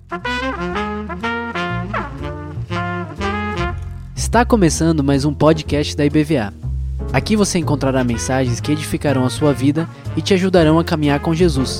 Está começando mais um podcast da IBVA. Aqui você encontrará mensagens que edificarão a sua vida e te ajudarão a caminhar com Jesus.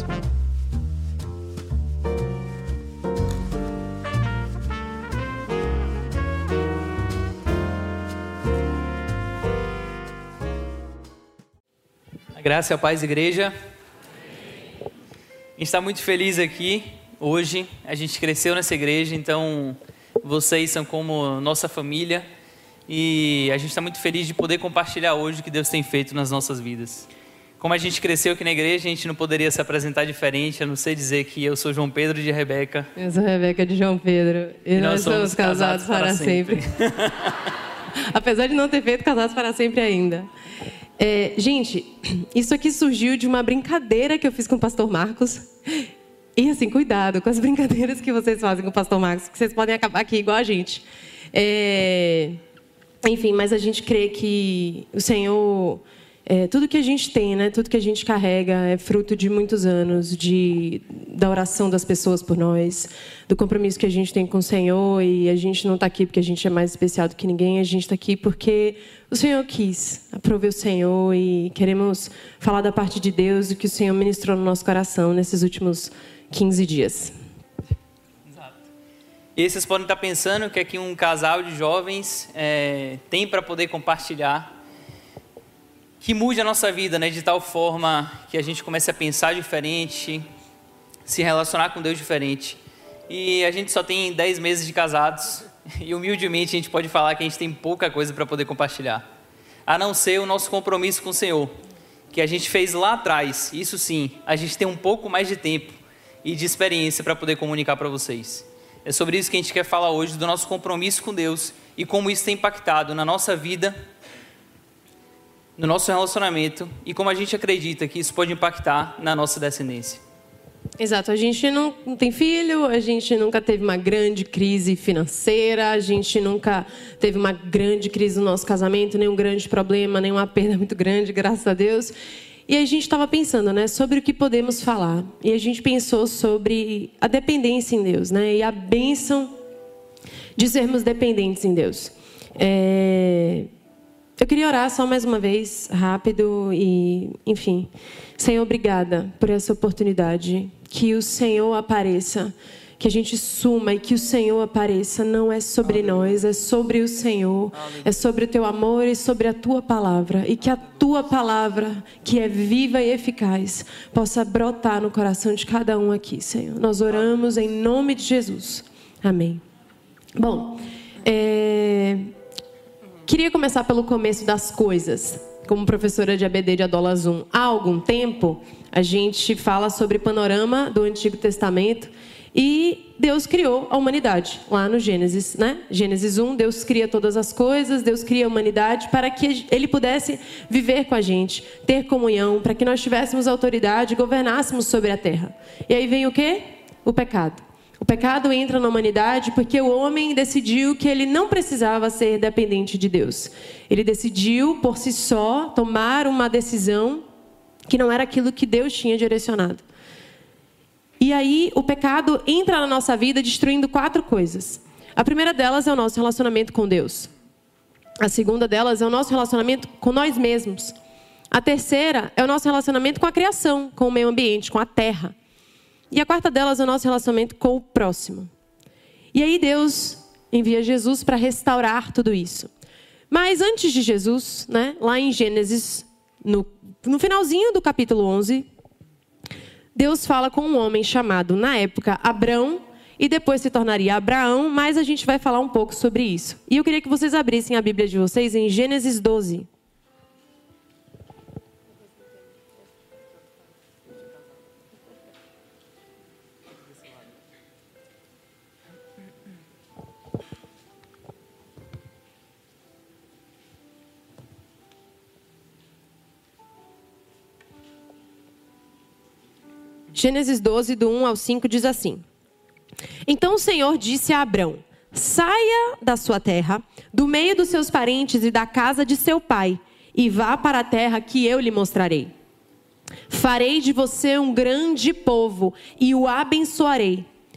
A graça e a paz, igreja. A gente está muito feliz aqui hoje. A gente cresceu nessa igreja, então vocês são como nossa família. E a gente está muito feliz de poder compartilhar hoje o que Deus tem feito nas nossas vidas. Como a gente cresceu aqui na igreja, a gente não poderia se apresentar diferente, a não ser dizer que eu sou João Pedro de Rebeca. Eu sou Rebeca de João Pedro. E nós somos casados para sempre. Apesar de não ter feito casados para sempre ainda. Gente, isso aqui surgiu de uma brincadeira que eu fiz com o pastor Marcos. E assim, cuidado com as brincadeiras que vocês fazem com o pastor Marcos, que vocês podem acabar aqui igual a gente. Enfim, mas a gente crê que o Senhor, tudo que a gente tem, né, tudo que a gente carrega é fruto de muitos anos da oração das pessoas por nós, do compromisso que a gente tem com o Senhor. E a gente não está aqui porque a gente é mais especial do que ninguém, a gente está aqui porque o Senhor quis, aprove o Senhor, e queremos falar da parte de Deus e que o Senhor ministrou no nosso coração nesses últimos 15 dias. E vocês podem estar pensando que aqui um casal de jovens tem para poder compartilhar, que mude a nossa vida, né, de tal forma que a gente comece a pensar diferente, se relacionar com Deus diferente. E a gente só tem 10 meses de casados e humildemente a gente pode falar que a gente tem pouca coisa para poder compartilhar, a não ser o nosso compromisso com o Senhor, que a gente fez lá atrás. Isso sim, a gente tem um pouco mais de tempo e de experiência para poder comunicar para vocês. É sobre isso que a gente quer falar hoje, do nosso compromisso com Deus e como isso tem impactado na nossa vida, no nosso relacionamento, e como a gente acredita que isso pode impactar na nossa descendência. Exato, a gente não tem filho, a gente nunca teve uma grande crise financeira, a gente nunca teve uma grande crise no nosso casamento, nenhum grande problema, nenhuma perda muito grande, graças a Deus. E a gente estava pensando, né, sobre o que podemos falar. E a gente pensou sobre a dependência em Deus, né, e a bênção de sermos dependentes em Deus. Eu queria orar só mais uma vez, rápido, e, enfim. Senhor, obrigada por essa oportunidade. Que o Senhor apareça, que a gente suma e que o Senhor apareça. Não é sobre nós, é sobre o Senhor. É sobre o teu amor e sobre a tua palavra. E que a tua palavra, que é viva e eficaz, possa brotar no coração de cada um aqui, Senhor. Nós oramos em nome de Jesus. Amém. Bom, queria começar pelo começo das coisas. Como professora de ABD de Adola Zoom, há algum tempo a gente fala sobre panorama do Antigo Testamento e Deus criou a humanidade, lá no Gênesis, né? Gênesis 1, Deus cria todas as coisas, Deus cria a humanidade para que Ele pudesse viver com a gente, ter comunhão, para que nós tivéssemos autoridade e governássemos sobre a terra. E aí vem o quê? O pecado. O pecado entra na humanidade porque o homem decidiu que ele não precisava ser dependente de Deus. Ele decidiu, por si só, tomar uma decisão que não era aquilo que Deus tinha direcionado. E aí o pecado entra na nossa vida destruindo 4 coisas. A primeira delas é o nosso relacionamento com Deus. A segunda delas é o nosso relacionamento com nós mesmos. A terceira é o nosso relacionamento com a criação, com o meio ambiente, com a terra. E a quarta delas é o nosso relacionamento com o próximo. E aí Deus envia Jesus para restaurar tudo isso. Mas antes de Jesus, né, lá em Gênesis, no finalzinho do capítulo 11, Deus fala com um homem chamado, na época, Abrão, e depois se tornaria Abraão, mas a gente vai falar um pouco sobre isso. E eu queria que vocês abrissem a Bíblia de vocês em Gênesis 12. Gênesis 12, do 1 ao 5, diz assim: Então o Senhor disse a Abrão: saia da sua terra, do meio dos seus parentes e da casa de seu pai, e vá para a terra que eu lhe mostrarei. Farei de você um grande povo e o abençoarei.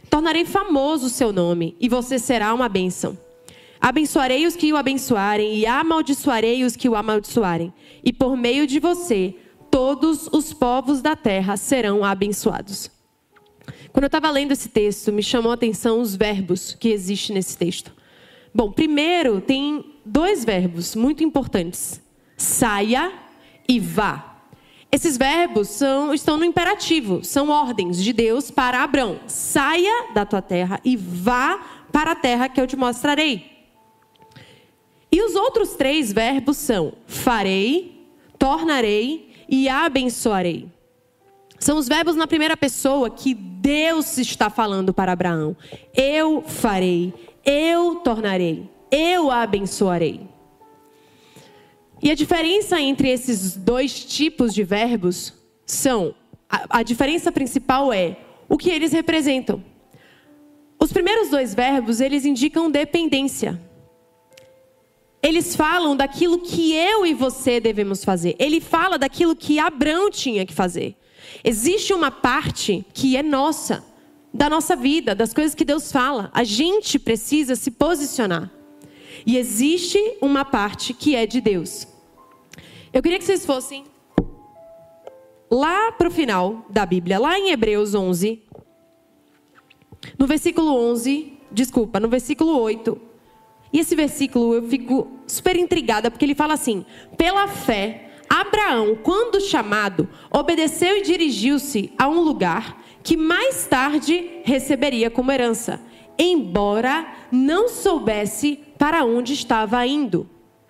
Tornarei famoso o seu nome, e você será uma bênção. Abençoarei os que o abençoarem, e amaldiçoarei os que o amaldiçoarem. E por meio de você, todos os povos da terra serão abençoados. Quando eu estava lendo esse texto, me chamou a atenção os verbos que existem nesse texto. Bom, primeiro tem 2 verbos muito importantes. Saia e vá. Esses verbos estão no imperativo, são ordens de Deus para Abrão. Saia da tua terra e vá para a terra que eu te mostrarei. E os outros 3 verbos são farei, tornarei e abençoarei. São os verbos na primeira pessoa que Deus está falando para Abraão. Eu farei, eu tornarei, eu abençoarei. E a diferença entre esses 2 tipos de verbos são... A diferença principal é o que eles representam. Os primeiros 2 verbos, eles indicam dependência. Eles falam daquilo que eu e você devemos fazer. Ele fala daquilo que Abrão tinha que fazer. Existe uma parte que é nossa, da nossa vida, das coisas que Deus fala. A gente precisa se posicionar. E existe uma parte que é de Deus. Eu queria que vocês fossem lá para o final da Bíblia, lá em Hebreus 11, no versículo 8. E esse versículo eu fico super intrigada, porque ele fala assim: pela fé, Abraão, quando chamado, obedeceu e dirigiu-se a um lugar que mais tarde receberia como herança, embora não soubesse para onde estava indo.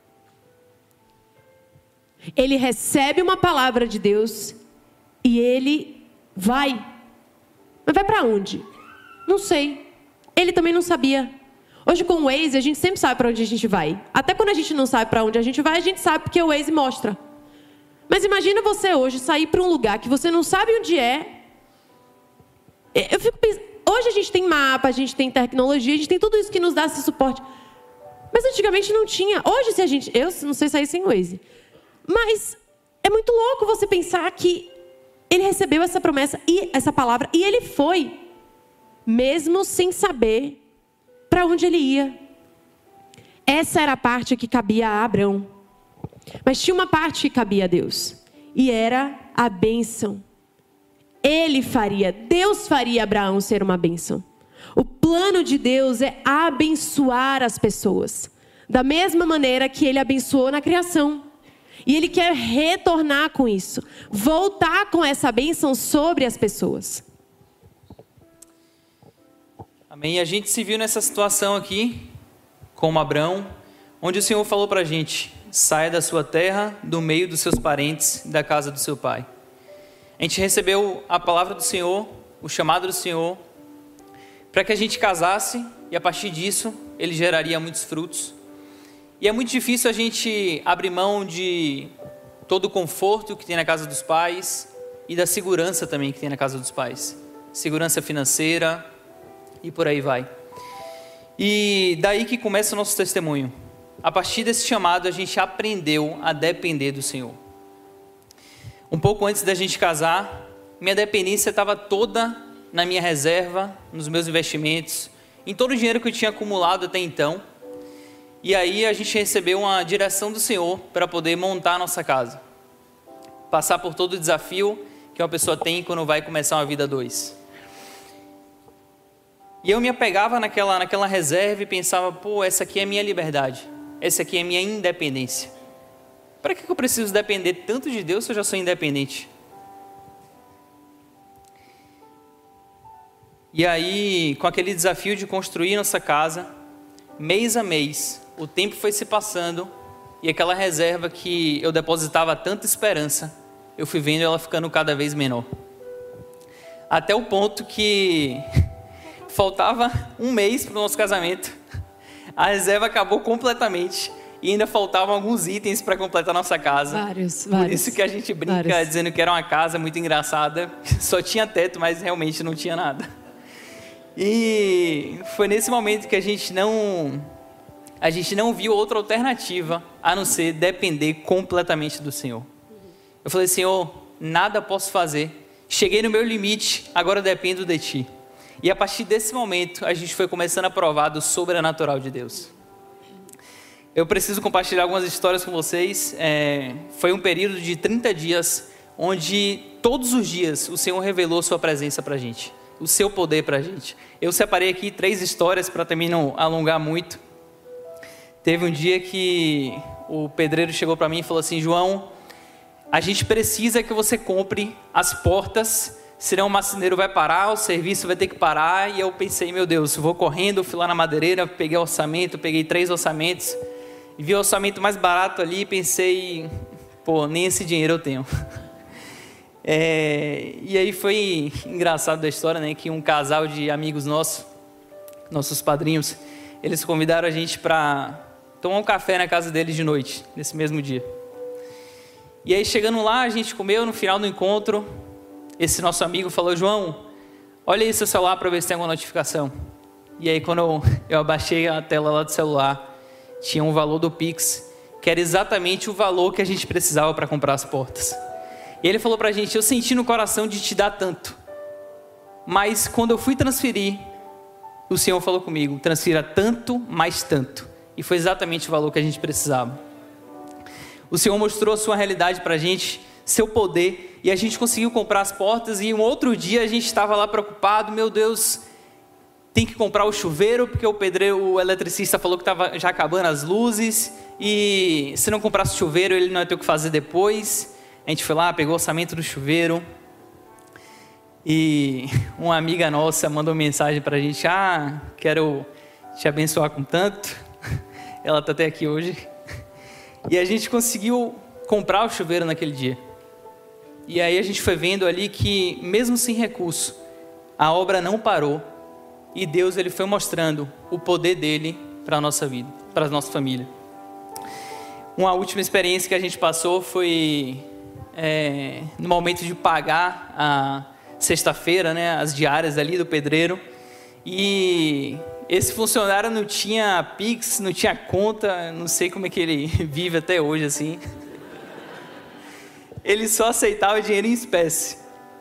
Ele recebe uma palavra de Deus e ele vai. Mas vai para onde? Não sei. Ele também não sabia. Hoje com o Waze a gente sempre sabe para onde a gente vai. Até quando a gente não sabe para onde a gente vai, a gente sabe porque o Waze mostra. Mas imagina você hoje sair para um lugar que você não sabe onde é. Eu fico pensando, hoje a gente tem mapa, a gente tem tecnologia, a gente tem tudo isso que nos dá esse suporte. Mas antigamente não tinha. Hoje se a gente... Eu não sei sair sem o Waze. Mas é muito louco você pensar que ele recebeu essa promessa e essa palavra e ele foi, mesmo sem saber para onde ele ia. Essa era a parte que cabia a Abrão. Mas tinha uma parte que cabia a Deus. E era a bênção. Ele faria, Deus faria Abraão ser uma bênção. O plano de Deus é abençoar as pessoas. Da mesma maneira que ele abençoou na criação. E ele quer retornar com isso. Voltar com essa bênção sobre as pessoas. Amém. E a gente se viu nessa situação aqui, como Abrão, onde o Senhor falou para a gente: saia da sua terra, do meio dos seus parentes, da casa do seu pai. A gente recebeu a palavra do Senhor, o chamado do Senhor, para que a gente casasse, e a partir disso, ele geraria muitos frutos. E é muito difícil a gente abrir mão de todo o conforto que tem na casa dos pais e da segurança também que tem na casa dos pais. Segurança financeira e por aí vai. E daí que começa o nosso testemunho. A partir desse chamado, a gente aprendeu a depender do Senhor. Um pouco antes da gente casar, minha dependência estava toda na minha reserva, nos meus investimentos, em todo o dinheiro que eu tinha acumulado até então. E aí a gente recebeu uma direção do Senhor para poder montar a nossa casa. Passar por todo o desafio que uma pessoa tem quando vai começar uma vida a 2. E eu me apegava naquela reserva e pensava: pô, essa aqui é a minha liberdade. Essa aqui é a minha independência. Para que eu preciso depender tanto de Deus se eu já sou independente? E aí, com aquele desafio de construir nossa casa, mês a mês, o tempo foi se passando e aquela reserva que eu depositava tanta esperança, eu fui vendo ela ficando cada vez menor. Até o ponto que faltava um mês para o nosso casamento. A reserva acabou completamente e ainda faltavam alguns itens para completar nossa casa. Vários. Por isso que a gente brinca dizendo que era uma casa muito engraçada. Só tinha teto, mas realmente não tinha nada. E foi nesse momento que a gente não viu outra alternativa a não ser depender completamente do Senhor. Eu falei: Senhor, nada posso fazer. Cheguei no meu limite, agora dependo de Ti. E a partir desse momento, a gente foi começando a provar do sobrenatural de Deus. Eu preciso compartilhar algumas histórias com vocês. Foi um período de 30 dias, onde todos os dias o Senhor revelou sua presença para a gente, o seu poder para a gente. Eu separei aqui 3 histórias para também não alongar muito. Teve um dia que o pedreiro chegou para mim e falou assim: João, a gente precisa que você compre as portas, senão o marceneiro vai parar, o serviço vai ter que parar. E eu pensei, meu Deus, vou correndo, fui lá na madeireira, peguei o orçamento, peguei 3 orçamentos, e vi o orçamento mais barato ali e pensei, pô, nem esse dinheiro eu tenho. E aí foi engraçado da história, né, que um casal de amigos nossos padrinhos, eles convidaram a gente para tomar um café na casa deles de noite, nesse mesmo dia. E aí chegando lá, a gente comeu. No final do encontro, esse nosso amigo falou: João, olha aí seu celular para ver se tem alguma notificação. E aí quando eu abaixei a tela lá do celular, tinha um valor do Pix, que era exatamente o valor que a gente precisava para comprar as portas. E ele falou pra gente: eu senti no coração de te dar tanto, mas quando eu fui transferir, o Senhor falou comigo: transfira tanto, mais tanto. E foi exatamente o valor que a gente precisava. O Senhor mostrou a sua realidade pra gente, seu poder, e a gente conseguiu comprar as portas. E um outro dia a gente estava lá preocupado: meu Deus, tem que comprar o chuveiro, porque o eletricista falou que estava já acabando as luzes, e se não comprasse o chuveiro, ele não ia ter o que fazer depois. A gente foi lá, pegou o orçamento do chuveiro, e uma amiga nossa mandou mensagem pra gente: quero te abençoar com tanto. Ela está até aqui hoje. E a gente conseguiu comprar o chuveiro naquele dia. E aí a gente foi vendo ali que, mesmo sem recurso, a obra não parou. E Deus, ele foi mostrando o poder dele para a nossa vida, para a nossa família. Uma última experiência que a gente passou foi no momento de pagar a sexta-feira, né, as diárias ali do pedreiro. E esse funcionário não tinha Pix, não tinha conta, não sei como é que ele vive até hoje assim. Ele só aceitava dinheiro em espécie.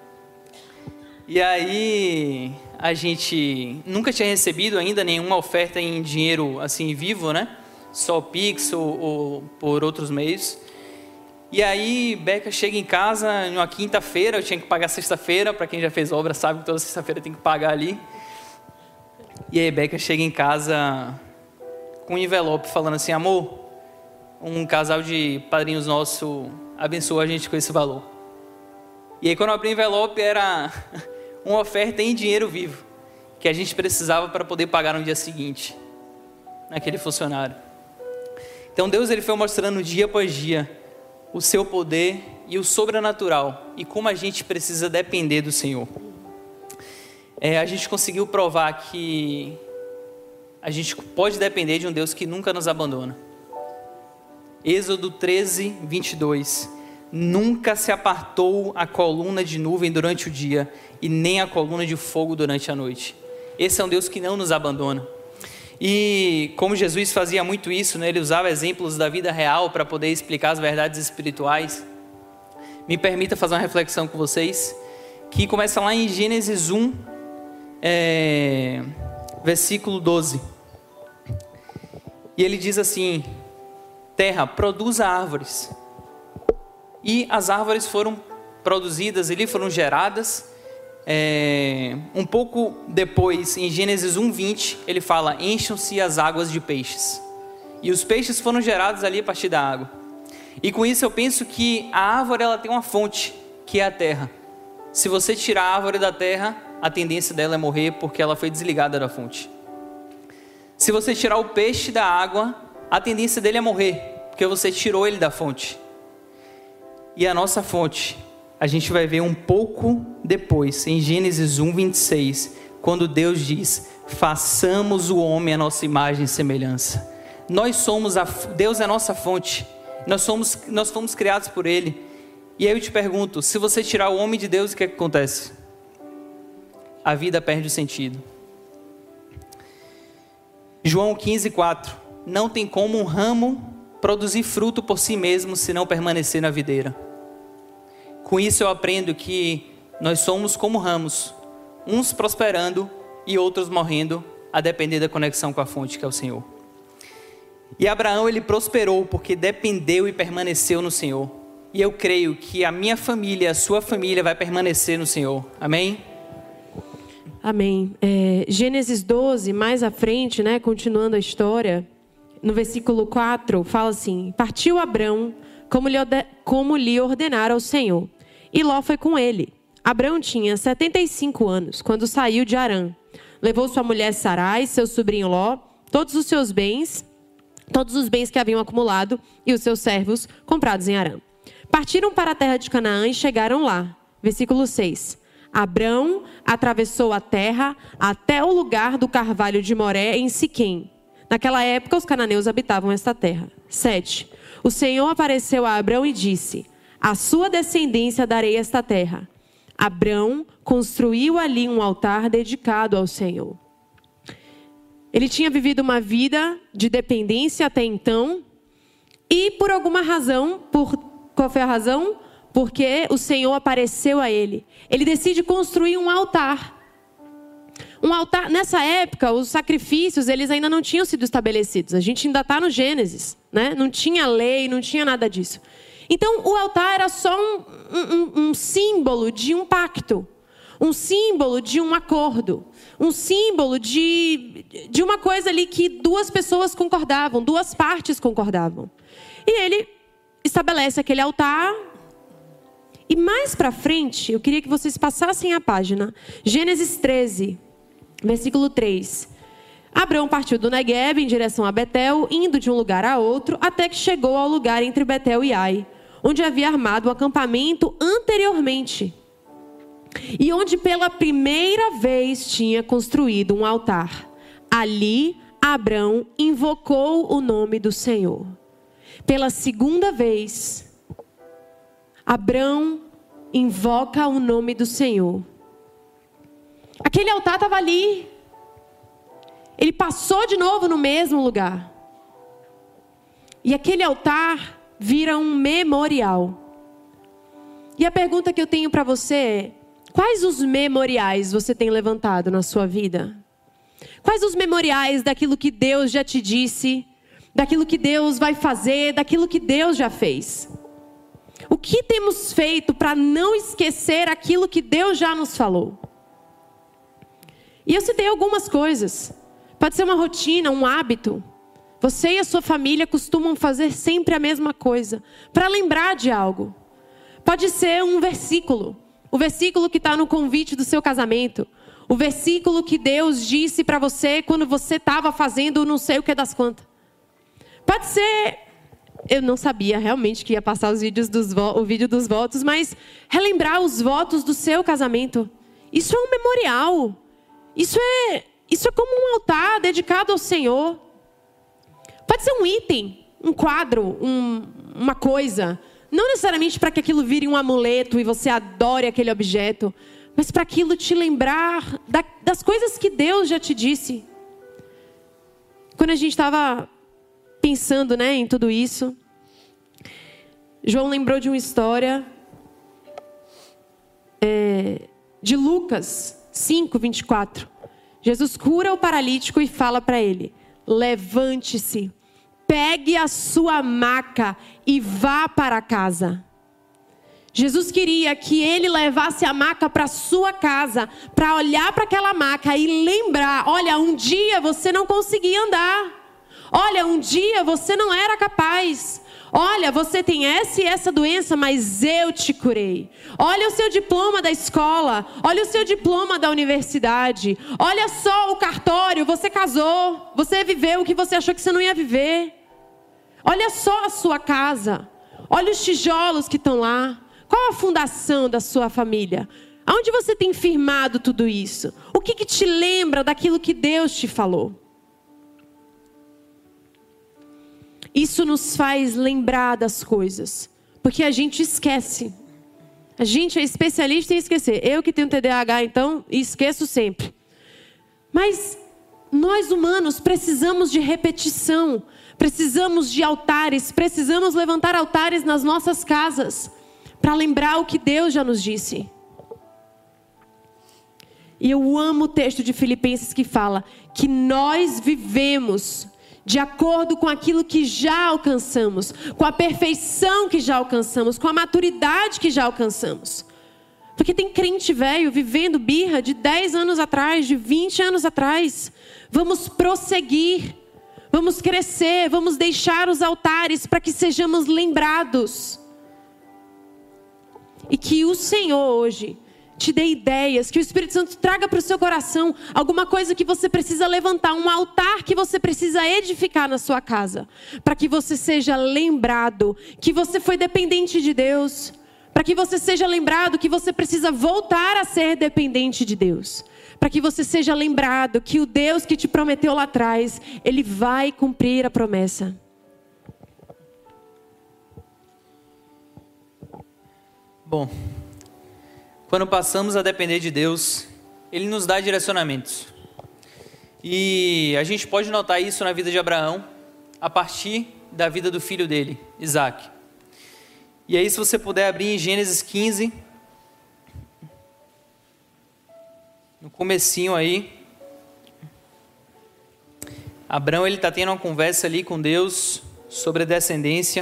E aí a gente nunca tinha recebido ainda nenhuma oferta em dinheiro assim vivo, né? Só Pix ou por outros meios. E aí Beca chega em casa numa quinta-feira, eu tinha que pagar sexta-feira, para quem já fez obra sabe que toda sexta-feira tem que pagar ali. E aí Beca chega em casa com um envelope falando assim: amor, um casal de padrinhos nosso abençoou a gente com esse valor. E aí quando eu abri o envelope, era uma oferta em dinheiro vivo, que a gente precisava para poder pagar no dia seguinte, naquele funcionário. Então Deus, ele foi mostrando dia após dia o seu poder e o sobrenatural, e como a gente precisa depender do Senhor. A gente conseguiu provar que a gente pode depender de um Deus que nunca nos abandona. Êxodo 13, 22. Nunca se apartou a coluna de nuvem durante o dia, e nem a coluna de fogo durante a noite. Esse é um Deus que não nos abandona. E como Jesus fazia muito isso, né, ele usava exemplos da vida real para poder explicar as verdades espirituais. Me permita fazer uma reflexão com vocês, que começa lá em Gênesis 1, versículo 12. E ele diz assim: terra, produza árvores. E as árvores foram produzidas ali, foram geradas. Um pouco depois, em Gênesis 1:20, ele fala: encham-se as águas de peixes. E os peixes foram gerados ali a partir da água. E com isso eu penso que a árvore, ela tem uma fonte, que é a terra. Se você tirar a árvore da terra, a tendência dela é morrer, porque ela foi desligada da fonte. Se você tirar o peixe da água, a tendência dele é morrer, porque você tirou ele da fonte. E a nossa fonte, a gente vai ver um pouco depois, em Gênesis 1:26, quando Deus diz: façamos o homem à nossa imagem e semelhança. Deus é a nossa fonte, nós fomos criados por Ele. E aí eu te pergunto, se você tirar o homem de Deus, o que é que acontece? A vida perde o sentido. João 15:4. Não tem como um ramo produzir fruto por si mesmo se não permanecer na videira. Com isso eu aprendo que nós somos como ramos, uns prosperando e outros morrendo, a depender da conexão com a fonte que é o Senhor. E Abraão, ele prosperou porque dependeu e permaneceu no Senhor. E eu creio que a minha família, a sua família vai permanecer no Senhor. Amém? Amém. Gênesis 12, mais à frente, né, continuando a história, no versículo 4, fala assim: partiu Abrão como lhe ordenara o Senhor, e Ló foi com ele. Abrão tinha 75 anos, quando saiu de Harã. Levou sua mulher Sarai, seu sobrinho Ló, todos os bens que haviam acumulado, e os seus servos comprados em Harã. Partiram para a terra de Canaã e chegaram lá. Versículo 6. Abrão atravessou a terra até o lugar do carvalho de Moré em Siquém. Naquela época, os cananeus habitavam esta terra. 7. O Senhor apareceu a Abrão e disse: à sua descendência darei esta terra. Abrão construiu ali um altar dedicado ao Senhor. Ele tinha vivido uma vida de dependência até então. E por alguma razão, qual foi a razão? Porque o Senhor apareceu a ele. Ele decide construir um altar. Um altar, nessa época, os sacrifícios, eles ainda não tinham sido estabelecidos. A gente ainda está no Gênesis, né? Não tinha lei, não tinha nada disso. Então, o altar era só um símbolo de um pacto. Um símbolo de um acordo. Um símbolo de uma coisa ali que duas pessoas concordavam, duas partes concordavam. E ele estabelece aquele altar. E mais para frente, eu queria que vocês passassem a página. Gênesis 13, versículo 3. Abrão partiu do Negueb em direção a Betel, indo de um lugar a outro, até que chegou ao lugar entre Betel e Ai, onde havia armado um acampamento anteriormente. E onde pela primeira vez tinha construído um altar. Ali, Abrão invocou o nome do Senhor. Pela segunda vez, Abrão invoca o nome do Senhor. Aquele altar estava ali. Ele passou de novo no mesmo lugar. E aquele altar vira um memorial. E a pergunta que eu tenho para você é: quais os memoriais você tem levantado na sua vida? Quais os memoriais daquilo que Deus já te disse, daquilo que Deus vai fazer, daquilo que Deus já fez? O que temos feito para não esquecer aquilo que Deus já nos falou? E eu citei algumas coisas. Pode ser uma rotina, um hábito. Você e a sua família costumam fazer sempre a mesma coisa, para lembrar de algo. Pode ser um versículo. O versículo que está no convite do seu casamento. O versículo que Deus disse para você quando você estava fazendo não sei o que das quantas. Pode ser... Eu não sabia realmente que ia passar o vídeo dos votos, mas relembrar os votos do seu casamento. Isso é um memorial. Isso é como um altar dedicado ao Senhor. Pode ser um item, um quadro, uma coisa. Não necessariamente para que aquilo vire um amuleto e você adore aquele objeto, mas para aquilo te lembrar das coisas que Deus já te disse. Quando a gente estava pensando, né, em tudo isso, João lembrou de uma história de Lucas 5, 24. Jesus cura o paralítico e fala para ele: levante-se, pegue a sua maca e vá para casa. Jesus queria que ele levasse a maca para sua casa, para olhar para aquela maca e lembrar: olha, um dia você não conseguia andar. Olha, um dia você não era capaz. Olha, você tem essa e essa doença, mas eu te curei. Olha o seu diploma da escola. Olha o seu diploma da universidade. Olha só o cartório, você casou. Você viveu o que você achou que você não ia viver. Olha só a sua casa. Olha os tijolos que estão lá. Qual a fundação da sua família? Aonde você tem firmado tudo isso? O que te lembra daquilo que Deus te falou? Isso nos faz lembrar das coisas, porque a gente esquece. A gente é especialista em esquecer. Eu que tenho TDAH, então, esqueço sempre. Mas nós humanos precisamos de repetição, precisamos de altares, precisamos levantar altares nas nossas casas, para lembrar o que Deus já nos disse. E eu amo o texto de Filipenses que fala que nós vivemos de acordo com aquilo que já alcançamos, com a perfeição que já alcançamos, com a maturidade que já alcançamos. Porque tem crente velho vivendo birra de 10 anos atrás, de 20 anos atrás. Vamos prosseguir, vamos crescer, vamos deixar os altares para que sejamos lembrados. E que o Senhor hoje te dê ideias, que o Espírito Santo traga para o seu coração alguma coisa que você precisa levantar, um altar que você precisa edificar na sua casa, para que você seja lembrado que você foi dependente de Deus, para que você seja lembrado que você precisa voltar a ser dependente de Deus, para que você seja lembrado que o Deus que te prometeu lá atrás, Ele vai cumprir a promessa. Bom, quando passamos a depender de Deus, Ele nos dá direcionamentos. E a gente pode notar isso na vida de Abraão, a partir da vida do filho dele, Isaac. E aí, se você puder abrir em Gênesis 15, no comecinho aí, Abraão ele está tendo uma conversa ali com Deus sobre a descendência.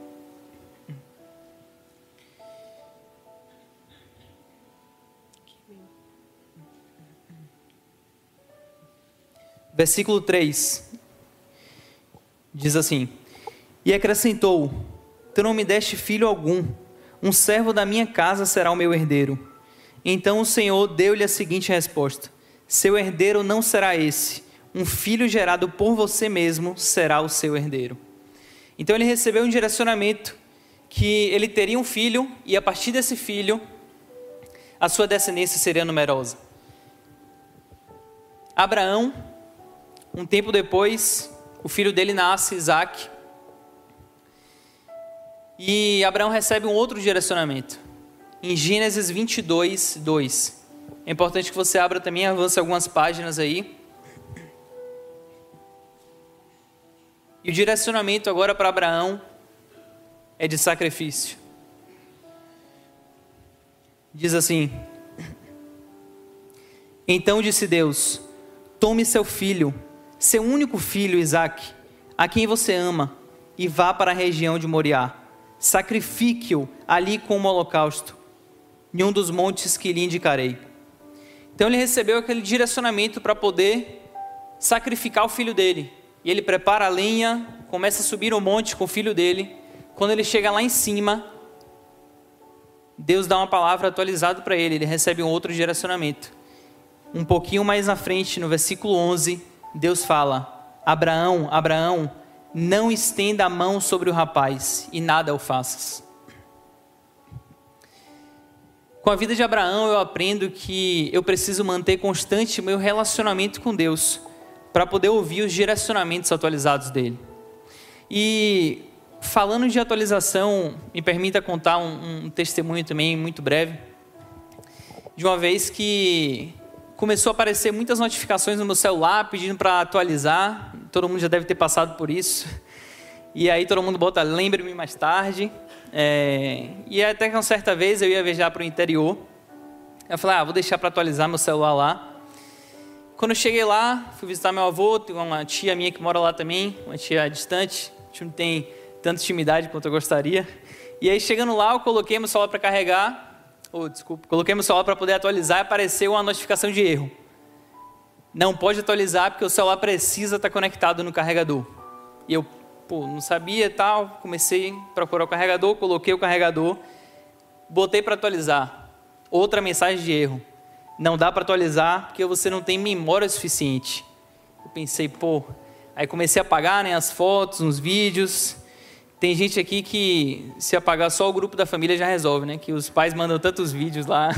Versículo 3, diz assim: E acrescentou: Tu não me deste filho algum, um servo da minha casa será o meu herdeiro. Então o Senhor deu-lhe a seguinte resposta: Seu herdeiro não será esse, um filho gerado por você mesmo será o seu herdeiro. Então ele recebeu um direcionamento que ele teria um filho, e a partir desse filho, a sua descendência seria numerosa. Abraão, um tempo depois, o filho dele nasce, Isaac. E Abraão recebe um outro direcionamento. Em Gênesis 22, 2. É importante que você abra também, avance algumas páginas aí. E o direcionamento agora para Abraão é de sacrifício. Diz assim: Então disse Deus: Tome seu filho, seu único filho Isaque, a quem você ama, e vá para a região de Moriá. Sacrifique-o ali como holocausto, em um dos montes que lhe indicarei. Então ele recebeu aquele direcionamento para poder sacrificar o filho dele. E ele prepara a lenha, começa a subir o monte com o filho dele. Quando ele chega lá em cima, Deus dá uma palavra atualizada para ele. Ele recebe um outro direcionamento. Um pouquinho mais na frente, no versículo 11, Deus fala: Abraão, Abraão, não estenda a mão sobre o rapaz e nada o faças. Com a vida de Abraão eu aprendo que eu preciso manter constante o meu relacionamento com Deus para poder ouvir os direcionamentos atualizados dele. E falando de atualização, me permita contar um testemunho também muito breve, de uma vez que começou a aparecer muitas notificações no meu celular pedindo para atualizar. Todo mundo já deve ter passado por isso. E aí todo mundo bota lembre-me mais tarde. E até que uma certa vez eu ia viajar para o interior. Eu falei, vou deixar para atualizar meu celular lá. Quando eu cheguei lá, fui visitar meu avô, tem uma tia minha que mora lá também, uma tia distante. A gente não tem tanta intimidade quanto eu gostaria. E aí chegando lá, eu coloquei meu celular para carregar. Coloquei meu celular para poder atualizar e apareceu uma notificação de erro. Não pode atualizar porque o celular precisa estar conectado no carregador. E eu, não sabia e tal, comecei a procurar o carregador, coloquei o carregador, botei para atualizar. Outra mensagem de erro. Não dá para atualizar porque você não tem memória suficiente. Eu pensei, aí comecei a apagar, as fotos, uns vídeos. Tem gente aqui que se apagar só o grupo da família já resolve, que os pais mandam tantos vídeos lá.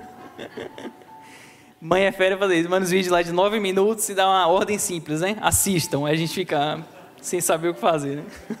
Mãe é fera fazer isso, manda os vídeos lá de 9 minutos e dá uma ordem simples, assistam, aí a gente fica sem saber o que fazer,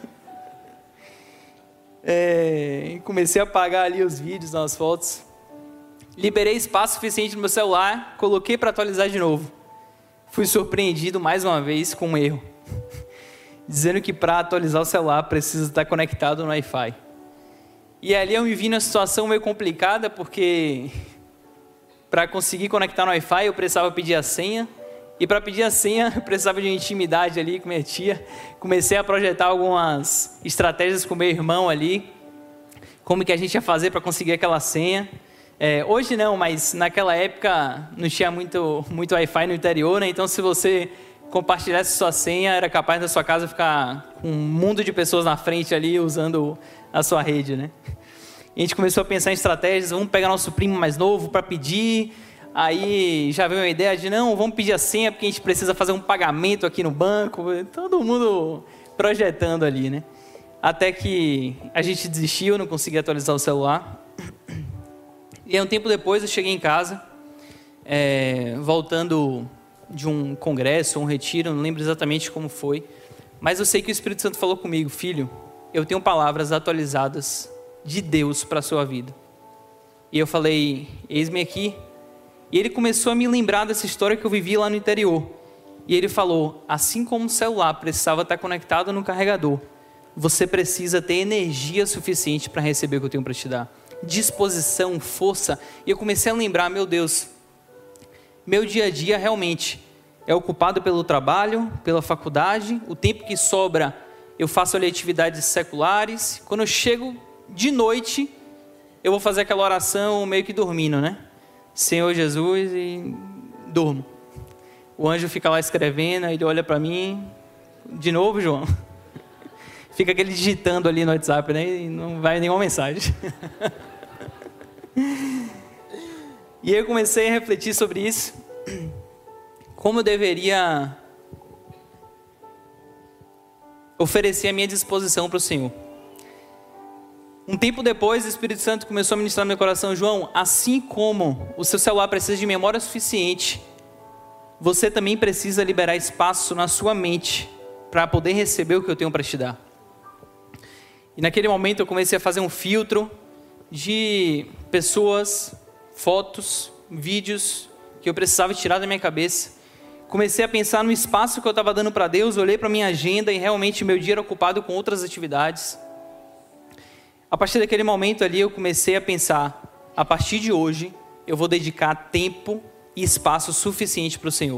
Comecei a apagar ali os vídeos, as fotos. Liberei espaço suficiente no meu celular, coloquei para atualizar de novo. Fui surpreendido mais uma vez com um erro. Dizendo que para atualizar o celular precisa estar conectado no Wi-Fi. E ali eu me vi numa situação meio complicada, porque para conseguir conectar no Wi-Fi, eu precisava pedir a senha. E para pedir a senha, eu precisava de uma intimidade ali com minha tia. Comecei a projetar algumas estratégias com meu irmão ali. Como que a gente ia fazer para conseguir aquela senha. Hoje não, mas naquela época não tinha muito Wi-Fi no interior, né? Então se você compartilhasse sua senha, era capaz da sua casa ficar com um mundo de pessoas na frente ali usando a sua rede, né? E a gente começou a pensar em estratégias. Vamos pegar nosso primo mais novo para pedir. Aí já veio a ideia de, não, vamos pedir a senha porque a gente precisa fazer um pagamento aqui no banco. Todo mundo projetando ali, né? Até que a gente desistiu, não conseguia atualizar o celular. E aí um tempo depois eu cheguei em casa, voltando de um congresso, um retiro, não lembro exatamente como foi. Mas eu sei que o Espírito Santo falou comigo, filho, eu tenho palavras atualizadas de Deus para a sua vida. E eu falei, eis-me aqui. E ele começou a me lembrar dessa história que eu vivi lá no interior. E ele falou, assim como o celular precisava estar conectado no carregador, você precisa ter energia suficiente para receber o que eu tenho para te dar. Disposição, força. E eu comecei a lembrar, meu Deus, meu dia a dia realmente é ocupado pelo trabalho, pela faculdade. O tempo que sobra eu faço ali atividades seculares. Quando eu chego de noite, eu vou fazer aquela oração meio que dormindo, né? Senhor Jesus, e durmo. O anjo fica lá escrevendo, aí ele olha para mim, de novo, João. Fica aquele digitando ali no WhatsApp, né? E não vai nenhuma mensagem. E aí eu comecei a refletir sobre isso. Como eu deveria oferecer a minha disposição para o Senhor. Um tempo depois, o Espírito Santo começou a ministrar no meu coração, João, assim como o seu celular precisa de memória suficiente, você também precisa liberar espaço na sua mente para poder receber o que eu tenho para te dar. E naquele momento eu comecei a fazer um filtro de pessoas, fotos, vídeos que eu precisava tirar da minha cabeça. Comecei a pensar no espaço que eu estava dando para Deus, olhei para a minha agenda e realmente meu dia era ocupado com outras atividades. A partir daquele momento ali eu comecei a pensar, a partir de hoje eu vou dedicar tempo e espaço suficiente para o Senhor.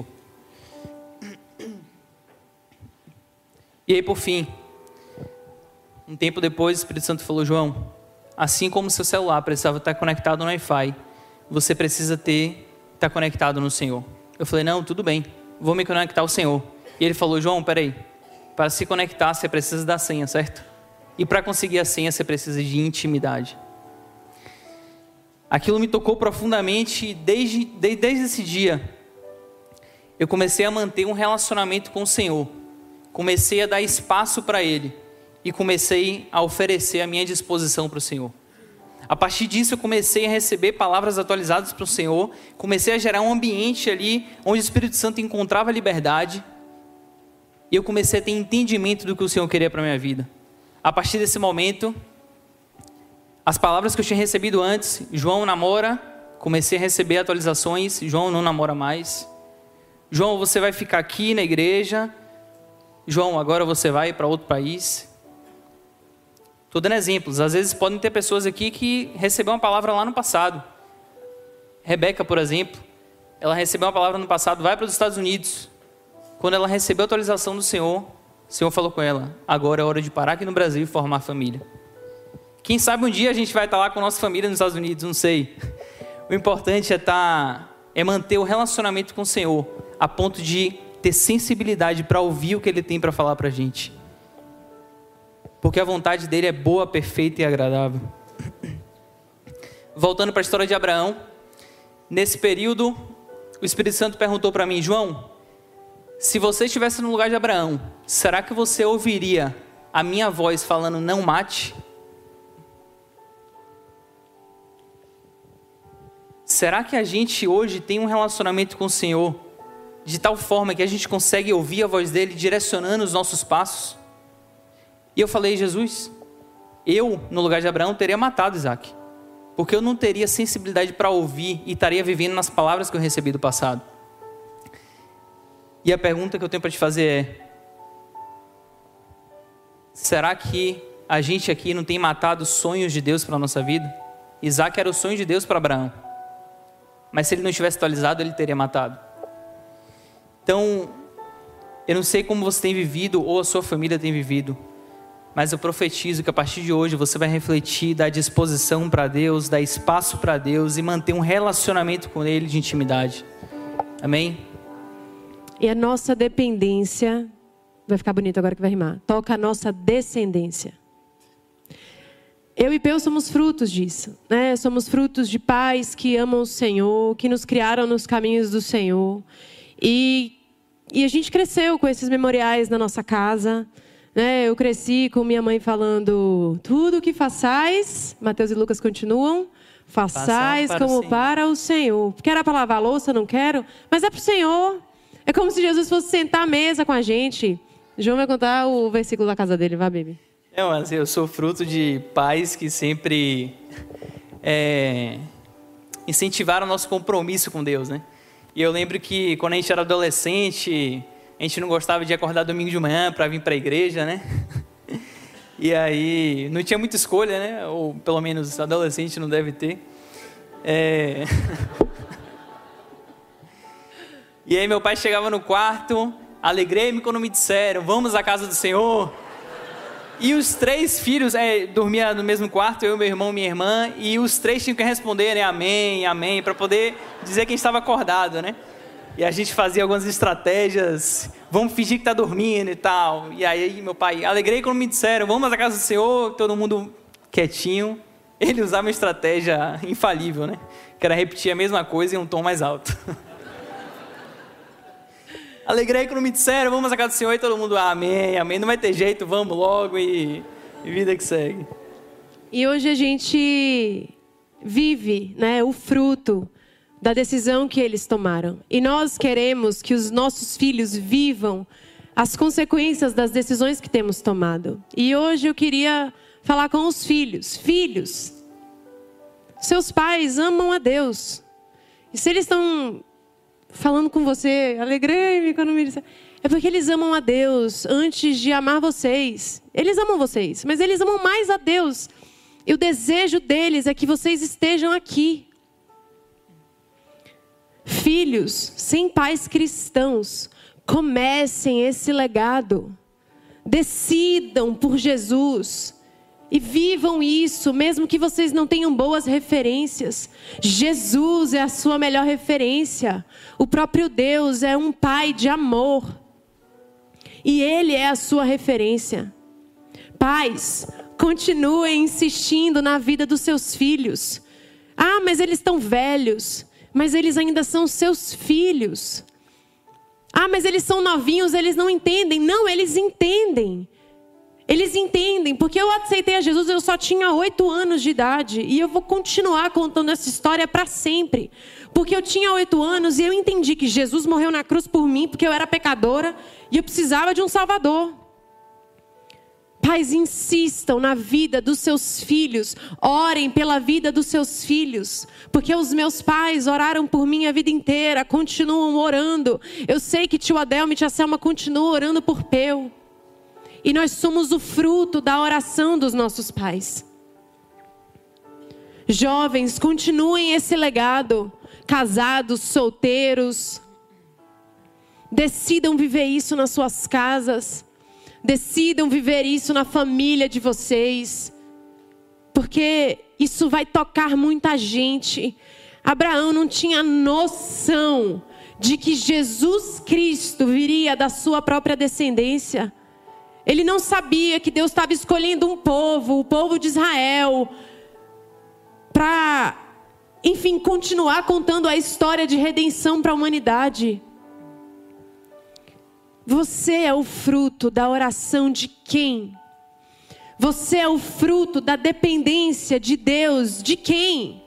E aí por fim, um tempo depois o Espírito Santo falou, João, assim como o seu celular precisava estar conectado no Wi-Fi, você precisa estar conectado no Senhor. Eu falei, não, tudo bem, vou me conectar ao Senhor. E ele falou, João, peraí, para se conectar você precisa da senha, certo? E para conseguir a senha você precisa de intimidade. Aquilo me tocou profundamente e desde esse dia eu comecei a manter um relacionamento com o Senhor. Comecei a dar espaço para Ele e comecei a oferecer a minha disposição para o Senhor. A partir disso eu comecei a receber palavras atualizadas para o Senhor. Comecei a gerar um ambiente ali onde o Espírito Santo encontrava liberdade. E eu comecei a ter entendimento do que o Senhor queria para a minha vida. A partir desse momento, as palavras que eu tinha recebido antes, João namora, comecei a receber atualizações, João não namora mais. João, você vai ficar aqui na igreja. João, agora você vai para outro país. Estou dando exemplos, às vezes podem ter pessoas aqui que receberam uma palavra lá no passado. Rebeca, por exemplo, ela recebeu uma palavra no passado, vai para os Estados Unidos. Quando ela recebeu a atualização do Senhor, o Senhor falou com ela, agora é hora de parar aqui no Brasil e formar família. Quem sabe um dia a gente vai estar lá com a nossa família nos Estados Unidos, não sei. O importante é manter o relacionamento com o Senhor, a ponto de ter sensibilidade para ouvir o que Ele tem para falar para a gente. Porque a vontade dEle é boa, perfeita e agradável. Voltando para a história de Abraão, nesse período, o Espírito Santo perguntou para mim, João, se você estivesse no lugar de Abraão, será que você ouviria a minha voz falando não mate? Será que a gente hoje tem um relacionamento com o Senhor de tal forma que a gente consegue ouvir a voz dEle direcionando os nossos passos? E eu falei, Jesus, eu no lugar de Abraão teria matado Isaac, porque eu não teria sensibilidade para ouvir e estaria vivendo nas palavras que eu recebi do passado. E a pergunta que eu tenho para te fazer é, será que a gente aqui não tem matado sonhos de Deus para a nossa vida? Isaac era o sonho de Deus para Abraão. Mas se ele não estivesse atualizado, ele teria matado. Então, eu não sei como você tem vivido ou a sua família tem vivido, mas eu profetizo que a partir de hoje você vai refletir, dar disposição para Deus, dar espaço para Deus e manter um relacionamento com Ele de intimidade. Amém? E a nossa dependência, vai ficar bonito agora que vai rimar, toca a nossa descendência. Eu e Peu somos frutos disso, né? Somos frutos de pais que amam o Senhor, que nos criaram nos caminhos do Senhor. E a gente cresceu com esses memoriais na nossa casa, né? Eu cresci com minha mãe falando, tudo o que façais, Mateus e Lucas continuam, façais como para o Senhor. Porque era para lavar a louça, não quero, mas é para o Senhor. É como se Jesus fosse sentar à mesa com a gente. João vai contar o versículo da casa dele, vai, baby. Não, mas eu sou fruto de pais que sempre incentivaram o nosso compromisso com Deus, né? E eu lembro que quando a gente era adolescente, a gente não gostava de acordar domingo de manhã para vir para a igreja, né? E aí não tinha muita escolha, né? Ou pelo menos adolescente não deve ter. E aí meu pai chegava no quarto, alegrei-me quando me disseram, vamos à casa do Senhor. E os 3 filhos, dormia no mesmo quarto, eu, meu irmão, minha irmã, e os 3 tinham que responder, né, amém, amém, para poder dizer que a gente estava acordado, né? E a gente fazia algumas estratégias, vamos fingir que está dormindo e tal. E aí meu pai, alegrei quando me disseram, vamos à casa do Senhor, todo mundo quietinho. Ele usava uma estratégia infalível, né? Que era repetir a mesma coisa em um tom mais alto. Alegrei quando me disseram, vamos à casa do Senhor, e todo mundo, amém, amém, não vai ter jeito, vamos logo e vida que segue. E hoje a gente vive, né, o fruto da decisão que eles tomaram. E nós queremos que os nossos filhos vivam as consequências das decisões que temos tomado. E hoje eu queria falar com os filhos. Filhos, seus pais amam a Deus. E se eles estão falando com você, alegrei-me quando me disseram, é porque eles amam a Deus antes de amar vocês. Eles amam vocês, mas eles amam mais a Deus. E o desejo deles é que vocês estejam aqui. Filhos sem pais cristãos, comecem esse legado. Decidam por Jesus. E vivam isso, mesmo que vocês não tenham boas referências. Jesus é a sua melhor referência. O próprio Deus é um pai de amor. E Ele é a sua referência. Pais, continuem insistindo na vida dos seus filhos. Ah, mas eles estão velhos. Mas eles ainda são seus filhos. Ah, mas eles são novinhos, eles não entendem. Não, eles entendem. Eles entendem, porque eu aceitei a Jesus, eu só tinha 8 anos de idade. E eu vou continuar contando essa história para sempre. Porque eu tinha 8 anos e eu entendi que Jesus morreu na cruz por mim, porque eu era pecadora e eu precisava de um Salvador. Pais, insistam na vida dos seus filhos. Orem pela vida dos seus filhos. Porque os meus pais oraram por mim a vida inteira, continuam orando. Eu sei que tio Adelmo e tia Selma continuam orando por Peu. E nós somos o fruto da oração dos nossos pais. Jovens, continuem esse legado. Casados, solteiros. Decidam viver isso nas suas casas. Decidam viver isso na família de vocês. Porque isso vai tocar muita gente. Abraão não tinha noção de que Jesus Cristo viria da sua própria descendência. Ele não sabia que Deus estava escolhendo um povo, o povo de Israel, para, enfim, continuar contando a história de redenção para a humanidade. Você é o fruto da oração de quem? Você é o fruto da dependência de Deus de quem?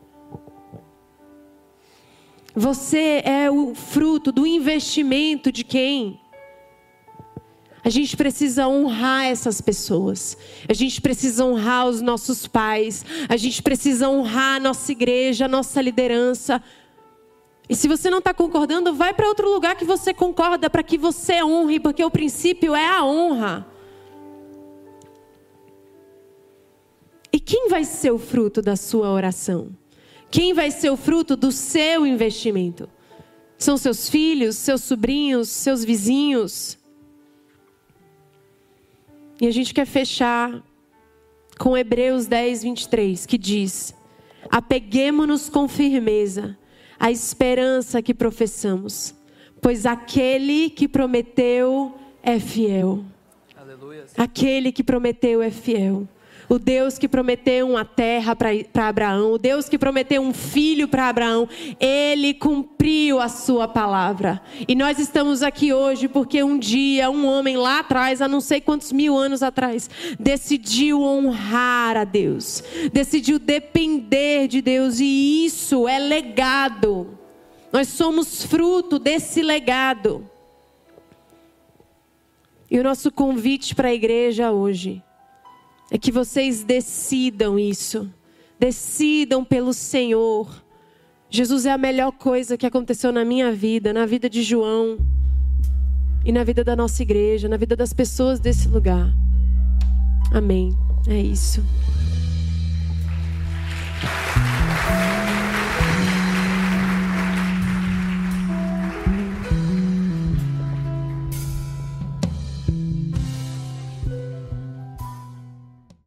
Você é o fruto do investimento de quem? A gente precisa honrar essas pessoas. A gente precisa honrar os nossos pais. A gente precisa honrar a nossa igreja, a nossa liderança. E se você não está concordando, vai para outro lugar que você concorda, para que você honre, porque o princípio é a honra. E quem vai ser o fruto da sua oração? Quem vai ser o fruto do seu investimento? São seus filhos, seus sobrinhos, seus vizinhos. E a gente quer fechar com Hebreus 10, 23, que diz: apeguemo-nos com firmeza à esperança que professamos, pois aquele que prometeu é fiel. Aleluia. Aquele que prometeu é fiel. O Deus que prometeu uma terra para Abraão, o Deus que prometeu um filho para Abraão, Ele cumpriu a sua palavra. E nós estamos aqui hoje porque um dia um homem lá atrás, há não sei quantos mil anos atrás, decidiu honrar a Deus, decidiu depender de Deus, e isso é legado. Nós somos fruto desse legado. E o nosso convite para a igreja hoje é que vocês decidam isso. Decidam pelo Senhor. Jesus é a melhor coisa que aconteceu na minha vida, na vida de João e na vida da nossa igreja, na vida das pessoas desse lugar. Amém. É isso.